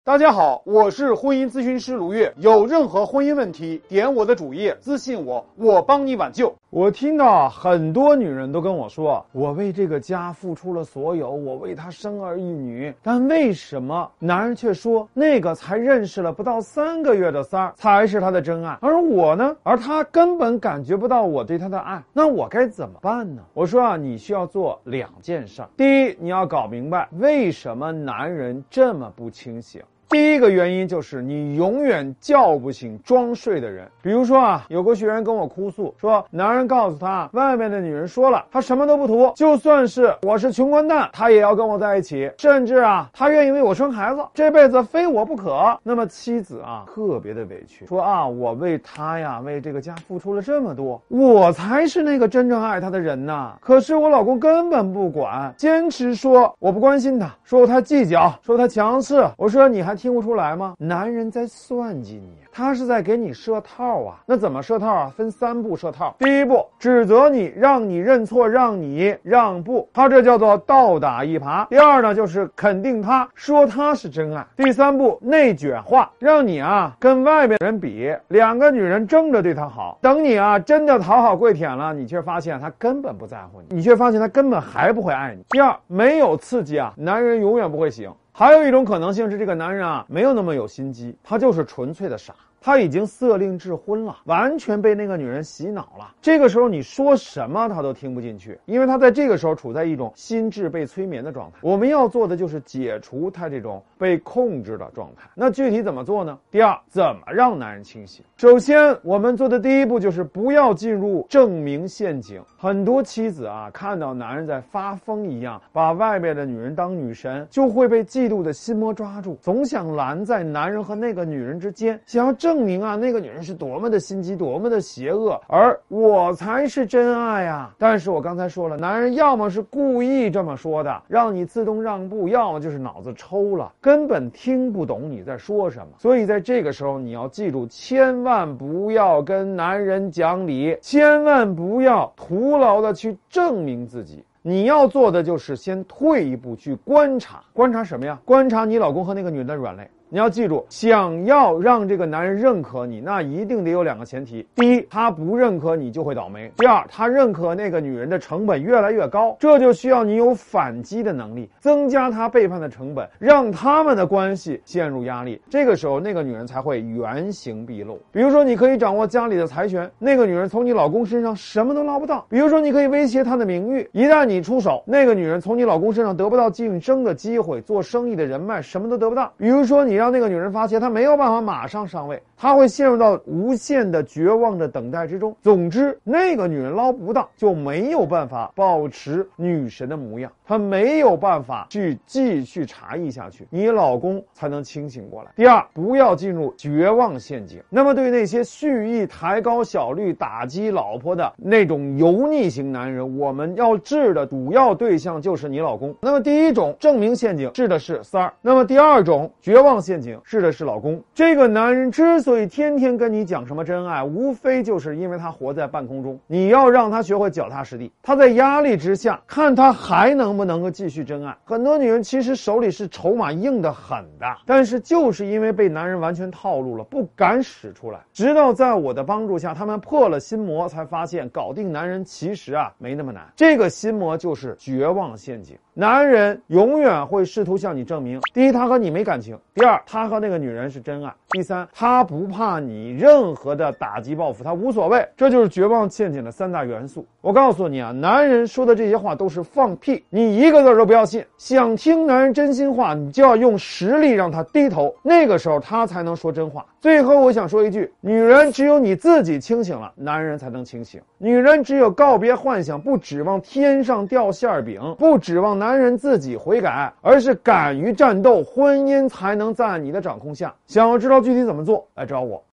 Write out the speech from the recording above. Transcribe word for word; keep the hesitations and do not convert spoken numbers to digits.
大家好，我是婚姻咨询师卢月。有任何婚姻问题，点我的主页私信我，我帮你挽救。我听到很多女人都跟我说，我为这个家付出了所有，我为他生儿育女，但为什么男人却说那个才认识了不到三个月的三儿才是他的真爱，而我呢，而他根本感觉不到我对他的爱，那我该怎么办呢？我说啊，你需要做两件事。第一，你要搞明白为什么男人这么不清醒。第一个原因就是你永远叫不醒装睡的人。比如说啊，有个学员跟我哭诉说，男人告诉他，外面的女人说了，他什么都不图，就算是我是穷光蛋，他也要跟我在一起，甚至啊，他愿意为我生孩子，这辈子非我不可。那么妻子啊，特别的委屈，说啊，我为他呀，为这个家付出了这么多，我才是那个真正爱他的人呐。可是我老公根本不管，坚持说我不关心他，说他计较，说他强势。我说你还听不出来吗？男人在算计你，他是在给你设套啊。那怎么设套啊？分三步设套。第一步，指责你，让你认错，让你让步，他这叫做倒打一耙。第二呢，就是肯定他，说他是真爱。第三步，内卷化，让你啊跟外面人比，两个女人争着对他好，等你啊真的讨好跪舔了，你却发现他根本不在乎你，你却发现他根本还不会爱你。第二，没有刺激啊，男人永远不会醒。还有一种可能性是，这个男人啊没有那么有心机，他就是纯粹的傻，他已经色令智昏了，完全被那个女人洗脑了。这个时候你说什么他都听不进去，因为他在这个时候处在一种心智被催眠的状态。我们要做的就是解除他这种被控制的状态。那具体怎么做呢？第二，怎么让男人清醒？首先我们做的第一步就是不要进入证明陷阱。很多妻子啊看到男人在发疯一样把外面的女人当女神，就会被嫉妒的心魔抓住，总想拦在男人和那个女人之间，想要证明啊那个女人是多么的心机，多么的邪恶，而我才是真爱啊。但是我刚才说了，男人要么是故意这么说的，让你自动让步，要么就是脑子抽了，根本听不懂你在说什么。所以在这个时候你要记住，千万不要跟男人讲理，千万不要徒劳的去证明自己。你要做的就是先退一步去观察。观察什么呀？观察你老公和那个女人的软肋。你要记住，想要让这个男人认可你，那一定得有两个前提。第一，他不认可你就会倒霉。第二，他认可那个女人的成本越来越高，这就需要你有反击的能力，增加他背叛的成本，让他们的关系陷入压力。这个时候那个女人才会原形毕露。比如说你可以掌握家里的财权，那个女人从你老公身上什么都捞不到。比如说你可以威胁她的名誉，一旦你出手，那个女人从你老公身上得不到晋升的机会，做生意的人脉什么都得不到。比如说你让那个女人发现她没有办法马上上位，她会陷入到无限的绝望的等待之中。总之那个女人捞不到，就没有办法保持女神的模样，她没有办法去继续茶艺下去，你老公才能清醒过来。第二，不要进入绝望陷阱。那么对于那些蓄意抬高小绿打击老婆的那种油腻型男人，我们要治的主要对象就是你老公。那么第一种证明陷阱治的是三儿，那么第二种绝望陷阱治的是老公。这个男人之所以天天跟你讲什么真爱，无非就是因为他活在半空中。你要让他学会脚踏实地，他在压力之下看他还能不能够继续真爱。很多女人其实手里是筹码硬得很的，但是就是因为被男人完全套路了，不敢使出来。直到在我的帮助下，他们破了心魔，才发现搞定男人其实啊没那么难。这个心魔就是绝望陷阱。男人永远会试图向你证明，第一，他和你没感情；第二，他和那个女人是真爱；第三，他不怕你任何的打击报复，他无所谓。这就是绝望陷阱的三大元素。我告诉你啊，男人说的这些话都是放屁，你一个字都不要信。想听男人真心话，你就要用实力让他低头，那个时候他才能说真话。最后我想说一句，女人只有你自己清醒了，男人才能清醒。女人只有告别幻想，不指望天上掉馅饼，不指望男人自己悔改，而是敢于战斗，婚姻才能在你的掌控下。想要知道具体怎么做，来找我。